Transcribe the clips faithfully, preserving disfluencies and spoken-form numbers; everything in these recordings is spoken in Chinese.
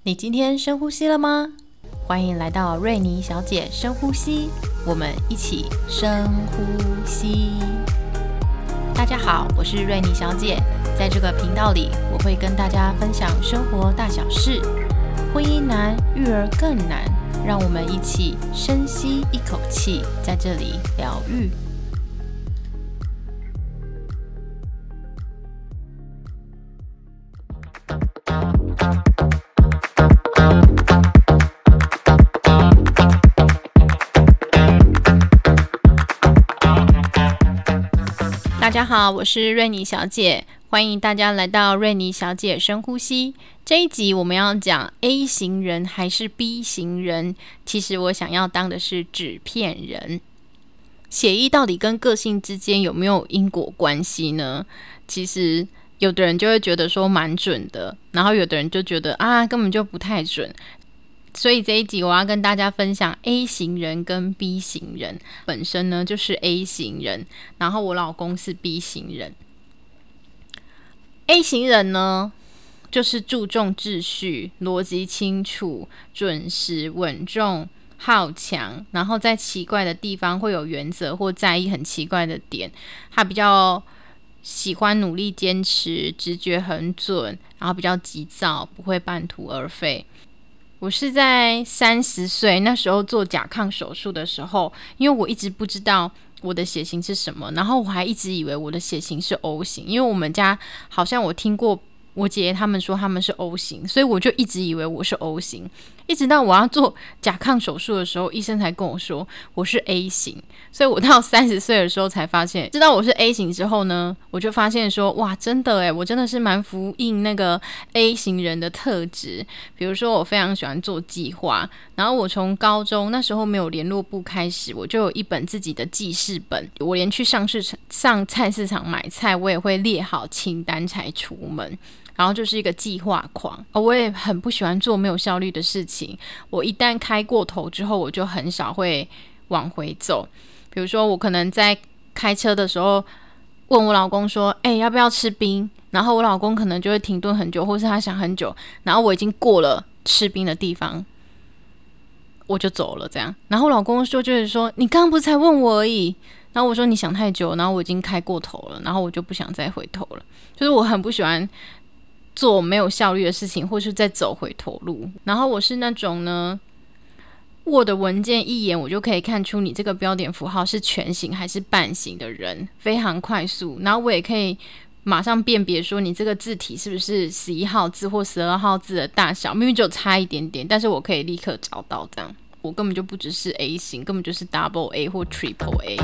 你今天深呼吸了吗？欢迎来到瑞妮小姐深呼吸，我们一起深呼吸。大家好，我是瑞妮小姐，在这个频道里，我会跟大家分享生活大小事，婚姻难，育儿更难，让我们一起深吸一口气，在这里疗愈。大家好，我是瑞妮小姐，欢迎大家来到瑞妮小姐深呼吸。这一集我们要讲 A 型人还是 B 型人，其实我想要当的是纸片人。血液到底跟个性之间有没有因果关系呢？其实有的人就会觉得说蛮准的，然后有的人就觉得啊根本就不太准。所以这一集我要跟大家分享 A 型人跟 B 型人，本身呢就是 A 型人，然后我老公是 B 型人。A 型人呢就是注重秩序、逻辑清楚、准时、稳重、好强，然后在奇怪的地方会有原则或在意很奇怪的点，他比较喜欢努力坚持，直觉很准，然后比较急躁，不会半途而废。我是在三十岁那时候做甲亢手术的时候，因为我一直不知道我的血型是什么，然后我还一直以为我的血型是 O 型，因为我们家好像我听过我姐姐他们说他们是 O 型，所以我就一直以为我是 O 型，一直到我要做甲亢手术的时候，医生才跟我说我是 A 型，所以我到三十岁的时候才发现，知道我是 A 型之后呢，我就发现说哇，真的耶，我真的是蛮符应那个 A 型人的特质。比如说我非常喜欢做计划，然后我从高中那时候没有联络簿开始，我就有一本自己的记事本，我连去上市场上菜市场买菜，我也会列好清单才出门。然后就是一个计划狂、哦、我也很不喜欢做没有效率的事情，我一旦开过头之后，我就很少会往回走。比如说我可能在开车的时候问我老公说哎、欸，要不要吃冰，然后我老公可能就会停顿很久，或是他想很久，然后我已经过了吃冰的地方，我就走了这样。然后我老公说就是说你刚刚不是才问我而已，然后我说你想太久，然后我已经开过头了，然后我就不想再回头了。就是我很不喜欢做没有效率的事情，或是再走回头路。然后我是那种呢 Word 文件一眼我就可以看出你这个标点符号是全形还是半形的人，非常快速。然后我也可以马上辨别说你这个字体是不是十一号字或十二号字的大小，明明就差一点点，但是我可以立刻找到。这样我根本就不只是 A 型，根本就是 Double A 或 Triple A。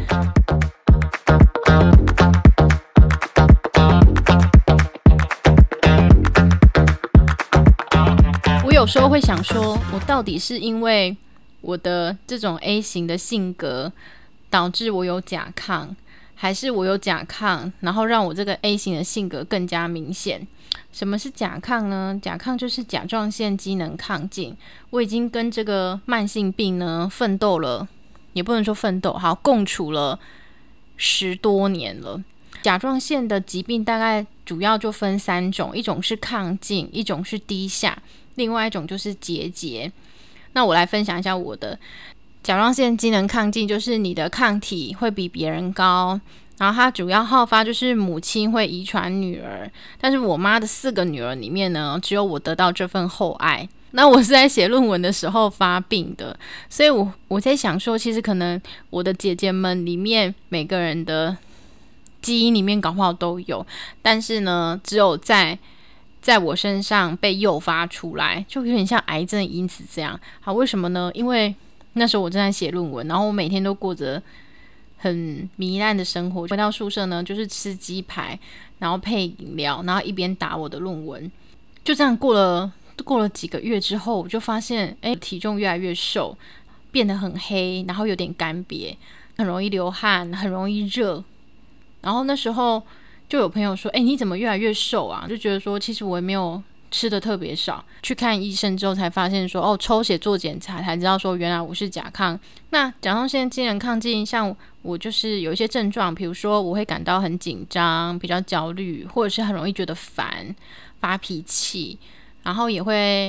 有时候会想说，我到底是因为我的这种 A 型的性格导致我有甲亢，还是我有甲亢然后让我这个 A 型的性格更加明显？什么是甲亢呢？甲亢就是甲状腺机能亢进。我已经跟这个慢性病呢奋斗了，也不能说奋斗，好，共处了十多年了。甲状腺的疾病大概主要就分三种，一种是亢进，一种是低下，另外一种就是结节。那我来分享一下我的甲状腺机能亢进，就是你的抗体会比别人高，然后它主要好发就是母亲会遗传女儿，但是我妈的四个女儿里面呢，只有我得到这份厚爱。那我是在写论文的时候发病的，所以我我在想说，其实可能我的姐姐们里面每个人的基因里面搞不好都有，但是呢，只有在在我身上被诱发出来，就有点像癌症因子这样。好，为什么呢？因为那时候我正在写论文，然后我每天都过着很糜烂的生活。回到宿舍呢，就是吃鸡排，然后配饮料，然后一边打我的论文。就这样过了过了几个月之后，我就发现，哎，体重越来越瘦，变得很黑，然后有点干瘪，很容易流汗，很容易热。然后那时候就有朋友说，哎，你怎么越来越瘦啊？就觉得说其实我也没有吃的特别少，去看医生之后才发现说，哦，抽血做检查才知道说原来我是甲亢。那甲状腺机能亢进，像我就是有一些症状，比如说我会感到很紧张，比较焦虑，或者是很容易觉得烦，发脾气，然后也会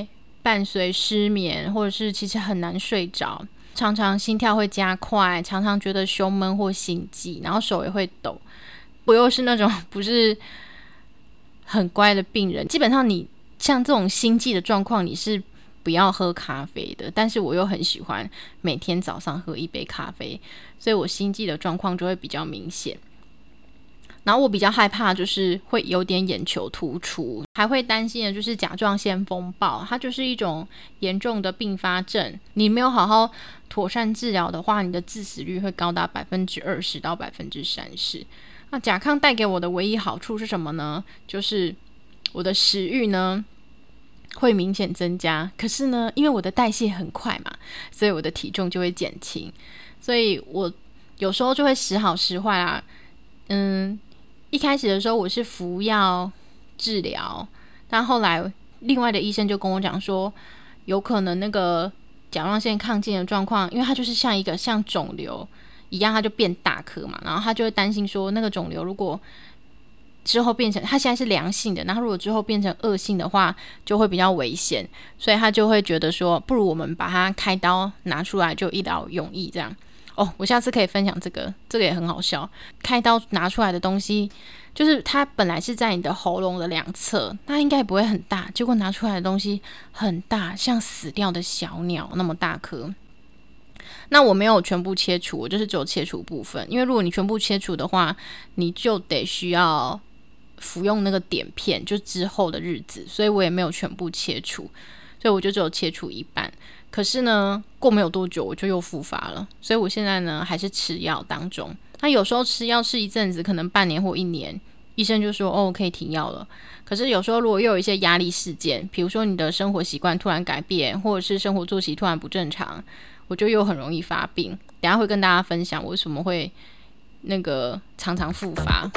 伴随失眠，或者是其实很难睡着，常常心跳会加快，常常觉得胸闷或心悸，然后手也会抖。我又是那种不是很乖的病人，基本上你像这种心悸的状况，你是不要喝咖啡的，但是我又很喜欢每天早上喝一杯咖啡，所以我心悸的状况就会比较明显。然后我比较害怕就是会有点眼球突出，还会担心的就是甲状腺风暴，它就是一种严重的并发症，你没有好好妥善治疗的话，你的致死率会高达百分之二十到百分之三十。那甲亢带给我的唯一好处是什么呢？就是我的食欲呢会明显增加，可是呢因为我的代谢很快嘛，所以我的体重就会减轻，所以我有时候就会时好时坏啦。嗯，一开始的时候我是服药治疗，但后来另外的医生就跟我讲说，有可能那个甲状腺亢进的状况，因为它就是像一个像肿瘤一样，它就变大颗嘛，然后他就会担心说那个肿瘤如果之后变成，它现在是良性的，然后如果之后变成恶性的话就会比较危险，所以他就会觉得说不如我们把它开刀拿出来就一劳永逸这样。哦，我下次可以分享这个，这个也很好笑。开刀拿出来的东西就是它本来是在你的喉咙的两侧，那应该不会很大，结果拿出来的东西很大，像死掉的小鸟那么大颗。那我没有全部切除，我就是只有切除部分，因为如果你全部切除的话，你就得需要服用那个碘片，就之后的日子，所以我也没有全部切除，所以我就只有切除一半。可是呢过没有多久我就又复发了，所以我现在呢还是吃药当中。那有时候吃药吃一阵子，可能半年或一年，医生就说哦可以停药了。可是有时候如果又有一些压力事件，比如说你的生活习惯突然改变，或者是生活作息突然不正常，我就又很容易发病。等一下会跟大家分享我为什么会那个常常复发。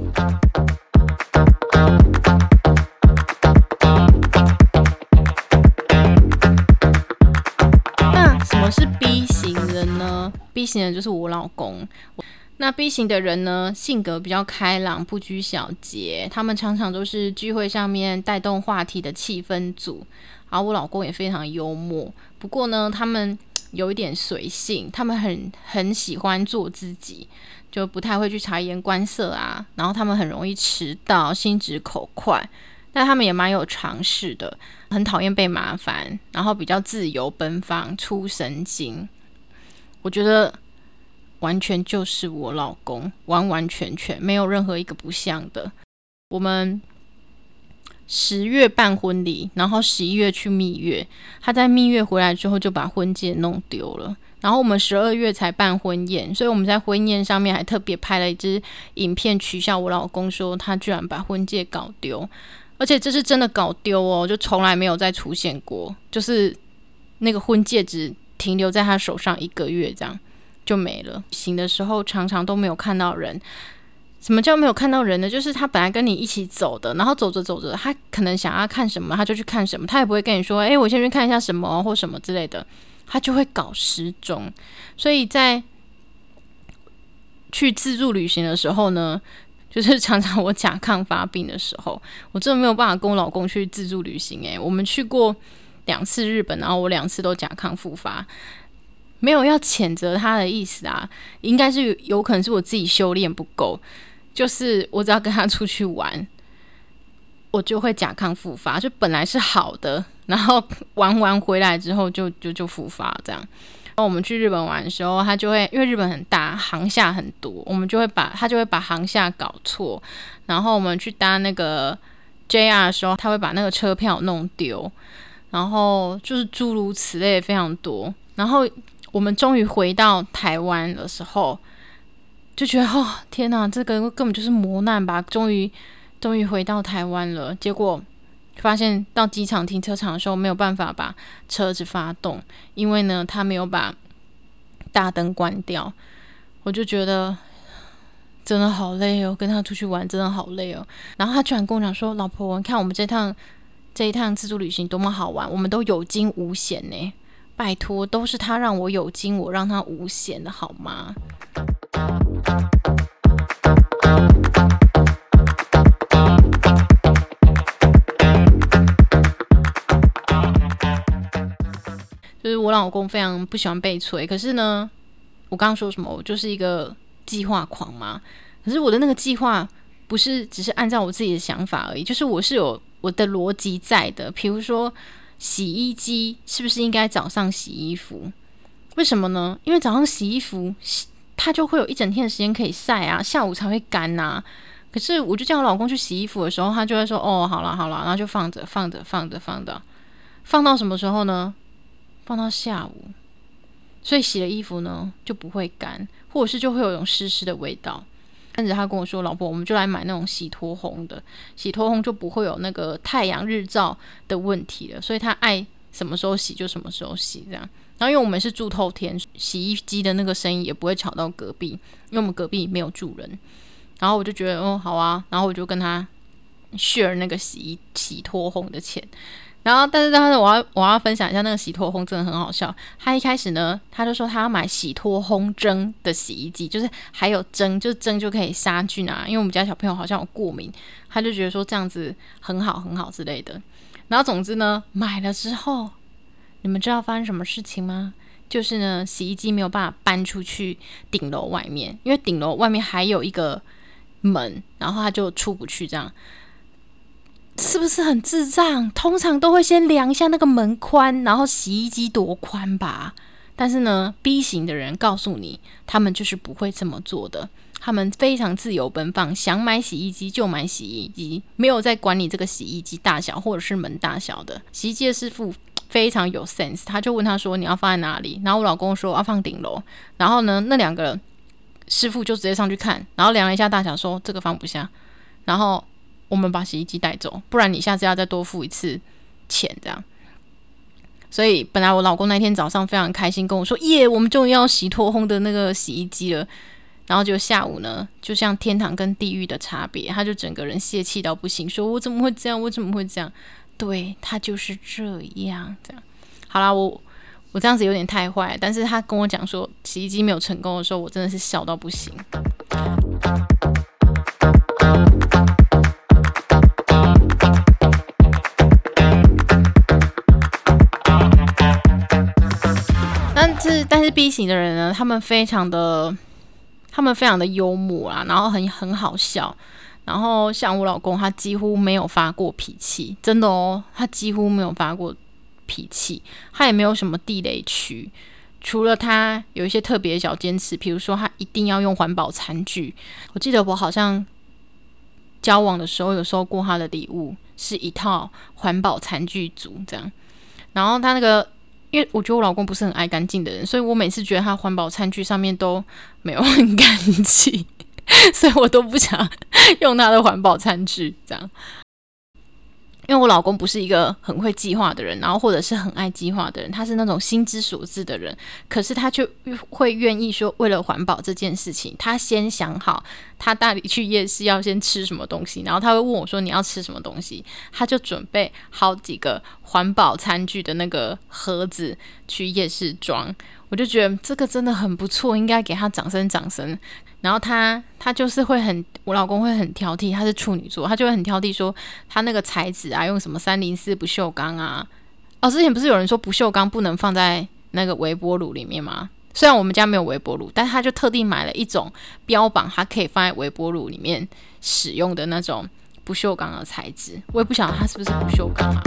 那什么是 B 型人呢？ B 型人就是我老公。那 B 型的人呢，性格比较开朗，不拘小节，他们常常都是聚会上面带动话题的气氛组。然后我老公也非常幽默，不过呢他们有一点随性，他们很很喜欢做自己，就不太会去察言观色啊。然后他们很容易迟到，心直口快，但他们也蛮有尝试的，很讨厌被麻烦，然后比较自由奔放，出神经。我觉得完全就是我老公，完完全全没有任何一个不像的。我们十月办婚礼，然后十一月去蜜月，他在蜜月回来之后就把婚戒弄丢了，然后我们十二月才办婚宴，所以我们在婚宴上面还特别拍了一支影片取笑我老公说他居然把婚戒搞丢，而且这是真的搞丢哦，就从来没有再出现过，就是那个婚戒只停留在他手上一个月这样就没了。行的时候常常都没有看到人。什么叫没有看到人呢？就是他本来跟你一起走的，然后走着走着他可能想要看什么他就去看什么，他也不会跟你说诶我先去看一下什么或什么之类的，他就会搞失踪。所以在去自助旅行的时候呢，就是常常我甲亢发病的时候，我真的没有办法跟我老公去自助旅行。诶我们去过两次日本，然后我两次都甲亢复发，没有要谴责他的意思啊，应该是 有, 有可能是我自己修炼不够，就是我只要跟他出去玩我就会甲亢复发，就本来是好的，然后玩完回来之后就就就复发这样。然后我们去日本玩的时候，他就会因为日本很大，航厦很多，我们就会把他就会把航厦搞错，然后我们去搭那个 J R 的时候，他会把那个车票弄丢，然后就是诸如此类非常多。然后我们终于回到台湾的时候，就觉得哦天哪，这个根本就是磨难吧，终于终于回到台湾了。结果发现到机场停车场的时候没有办法把车子发动，因为呢他没有把大灯关掉。我就觉得真的好累哦，跟他出去玩真的好累哦。然后他居然跟我讲说，老婆你看我们这趟这一趟自助旅行多么好玩，我们都有惊无险呢。拜托，都是他让我有惊，我让他无险的好吗？ 就是我老公非常不喜欢被催，可是呢，我刚刚说什么？我就是一个计划狂嘛。可是我的那个计划不是只是按照我自己的想法而已，就是我是有我的逻辑在的。比如说，洗衣机是不是应该早上洗衣服？为什么呢？因为早上洗衣服，它就会有一整天的时间可以晒啊，下午才会干啊。可是我就叫我老公去洗衣服的时候，他就会说：“哦，好啦好啦，然后就放着放着放着放着，放到什么时候呢？放到下午。所以洗了衣服呢就不会干，或者是就会有一种湿湿的味道。甚至他跟我说：“老婆，我们就来买那种洗脱烘的，洗脱烘就不会有那个太阳日照的问题了。所以他爱什么时候洗就什么时候洗，这样。然后因为我们是住透天，洗衣机的那个声音也不会吵到隔壁，因为我们隔壁没有住人。然后我就觉得哦好啊，然后我就跟他 share 那个洗衣洗脱烘的钱。然后但是但是我要我要分享一下那个洗脱烘真的很好笑。他一开始呢他就说他要买洗脱烘蒸的洗衣机，就是还有蒸，就是蒸就可以杀菌啊，因为我们家小朋友好像有过敏，他就觉得说这样子很好很好之类的。然后总之呢买了之后，你们知道发生什么事情吗？就是呢洗衣机没有办法搬出去顶楼外面，因为顶楼外面还有一个门，然后他就出不去，这样是不是很智障？通常都会先量一下那个门宽，然后洗衣机多宽吧。但是呢 B 型的人告诉你，他们就是不会这么做的，他们非常自由奔放，想买洗衣机就买洗衣机，没有在管你这个洗衣机大小或者是门大小的。洗衣机的师傅非常有 sense， 他就问他说你要放在哪里，然后我老公说要放顶楼，然后呢那两个人师傅就直接上去看，然后量了一下大小说这个放不下，然后我们把洗衣机带走，不然你下次要再多付一次钱这样。所以本来我老公那天早上非常开心跟我说耶我们终于要洗脱烘的那个洗衣机了，然后就下午呢就像天堂跟地狱的差别，他就整个人泄气到不行，说我怎么会这样我怎么会这样，对他就是这样这样。好啦，我我这样子有点太坏，但是他跟我讲说洗衣机没有成功的时候，我真的是笑到不行。但是但是 B 型的人呢，他们非常的他们非常的幽默啊，然后很很好笑。然后像我老公，他几乎没有发过脾气，真的哦，他几乎没有发过脾气，他也没有什么地雷区。除了他有一些特别的小坚持，比如说他一定要用环保餐具。我记得我好像交往的时候有收过他的礼物，是一套环保餐具组这样。然后他那个，因为我觉得我老公不是很爱干净的人，所以我每次觉得他环保餐具上面都没有很干净，所以我都不想用他的环保餐具这样。因为我老公不是一个很会计划的人，然后或者是很爱计划的人，他是那种心之所至的人，可是他却会愿意说为了环保这件事情，他先想好他到底去夜市要先吃什么东西，然后他会问我说你要吃什么东西，他就准备好几个环保餐具的那个盒子去夜市装。我就觉得这个真的很不错，应该给他掌声掌声。然后他他就是会很，我老公会很挑剔，他是处女座，他就会很挑剔说他那个材质啊，用什么三零四不锈钢啊。哦，之前不是有人说不锈钢不能放在那个微波炉里面吗？虽然我们家没有微波炉，但他就特地买了一种标榜它可以放在微波炉里面使用的那种不锈钢的材质。我也不晓得它是不是不锈钢啊。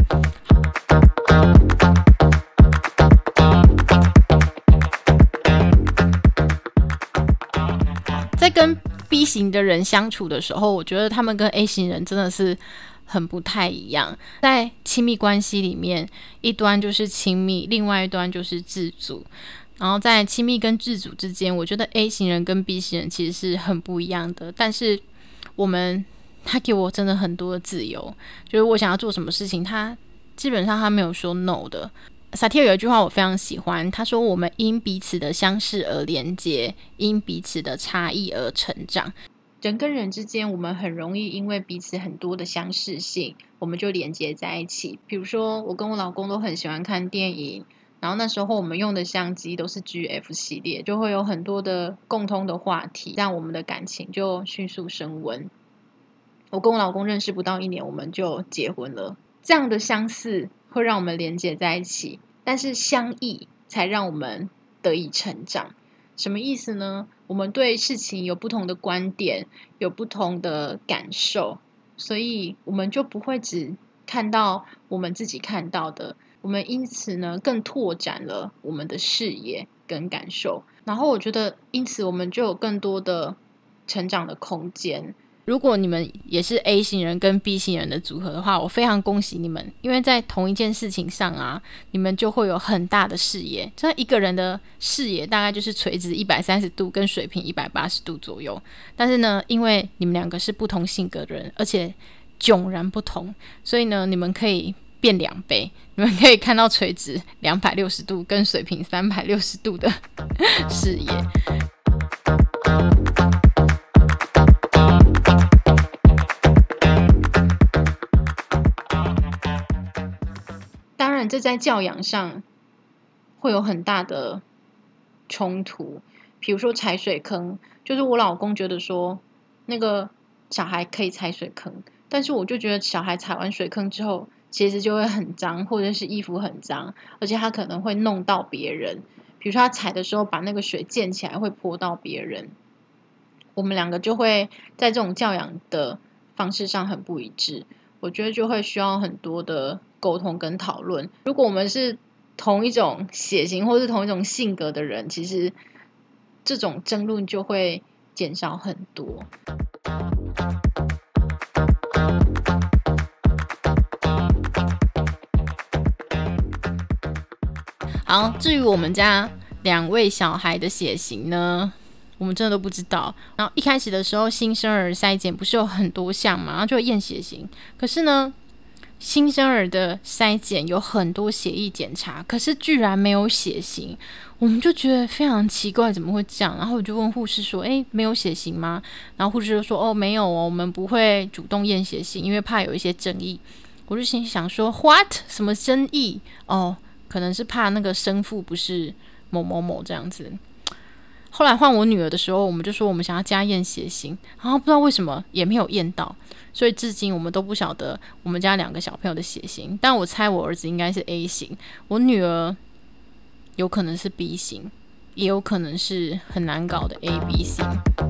在跟 B 型的人相处的时候，我觉得他们跟 A 型人真的是很不太一样。在亲密关系里面，一端就是亲密，另外一端就是自主。然后在亲密跟自主之间，我觉得 A 型人跟 B 型人其实是很不一样的。但是我们他给我真的很多的自由，就是我想要做什么事情，他基本上他没有说 no 的。萨提尔有一句话我非常喜欢，他说我们因彼此的相似而连结，因彼此的差异而成长。人跟人之间，我们很容易因为彼此很多的相似性，我们就连接在一起。比如说我跟我老公都很喜欢看电影，然后那时候我们用的相机都是 G F 系列，就会有很多的共通的话题，让我们的感情就迅速升温。我跟我老公认识不到一年，我们就结婚了。这样的相似会让我们连接在一起， 但是相异才让我们得以成长。什么意思呢？我们对事情有不同的观点，有不同的感受，所以我们就不会只看到我们自己看到的，我们因此呢更拓展了我们的视野跟感受，然后我觉得因此我们就有更多的成长的空间。如果你们也是 A 型人跟 B 型人的组合的话，我非常恭喜你们，因为在同一件事情上啊，你们就会有很大的视野。这一个人的视野大概就是垂直一百三十度跟水平一百八十度左右，但是呢，因为你们两个是不同性格的人，而且迥然不同，所以呢，你们可以变两倍，你们可以看到垂直两百六十度跟水平三百六十度的视野。当然这在教养上会有很大的冲突，比如说踩水坑，就是我老公觉得说那个小孩可以踩水坑，但是我就觉得小孩踩完水坑之后鞋子就会很脏，或者是衣服很脏，而且他可能会弄到别人，比如说他踩的时候把那个水溅起来会泼到别人，我们两个就会在这种教养的方式上很不一致，我觉得就会需要很多的沟通跟讨论。如果我们是同一种血型或是同一种性格的人，其实这种争论就会减少很多。好，至于我们家两位小孩的血型呢，我们真的都不知道。然后一开始的时候，新生儿筛检不是有很多项嘛，然后就会验血型。可是呢，新生儿的筛检有很多血液检查，可是居然没有血型，我们就觉得非常奇怪，怎么会这样？然后我就问护士说：“诶，没有血型吗？”然后护士就说：“哦，没有哦，我们不会主动验血型，因为怕有一些争议。”我就心想说 ：“What？ 什么争议？哦，可能是怕那个生父不是某某某这样子。”后来换我女儿的时候，我们就说我们想要加验血型，然后不知道为什么也没有验到，所以至今我们都不晓得我们家两个小朋友的血型。但我猜我儿子应该是 A 型，我女儿有可能是 B 型，也有可能是很难搞的 A B 型。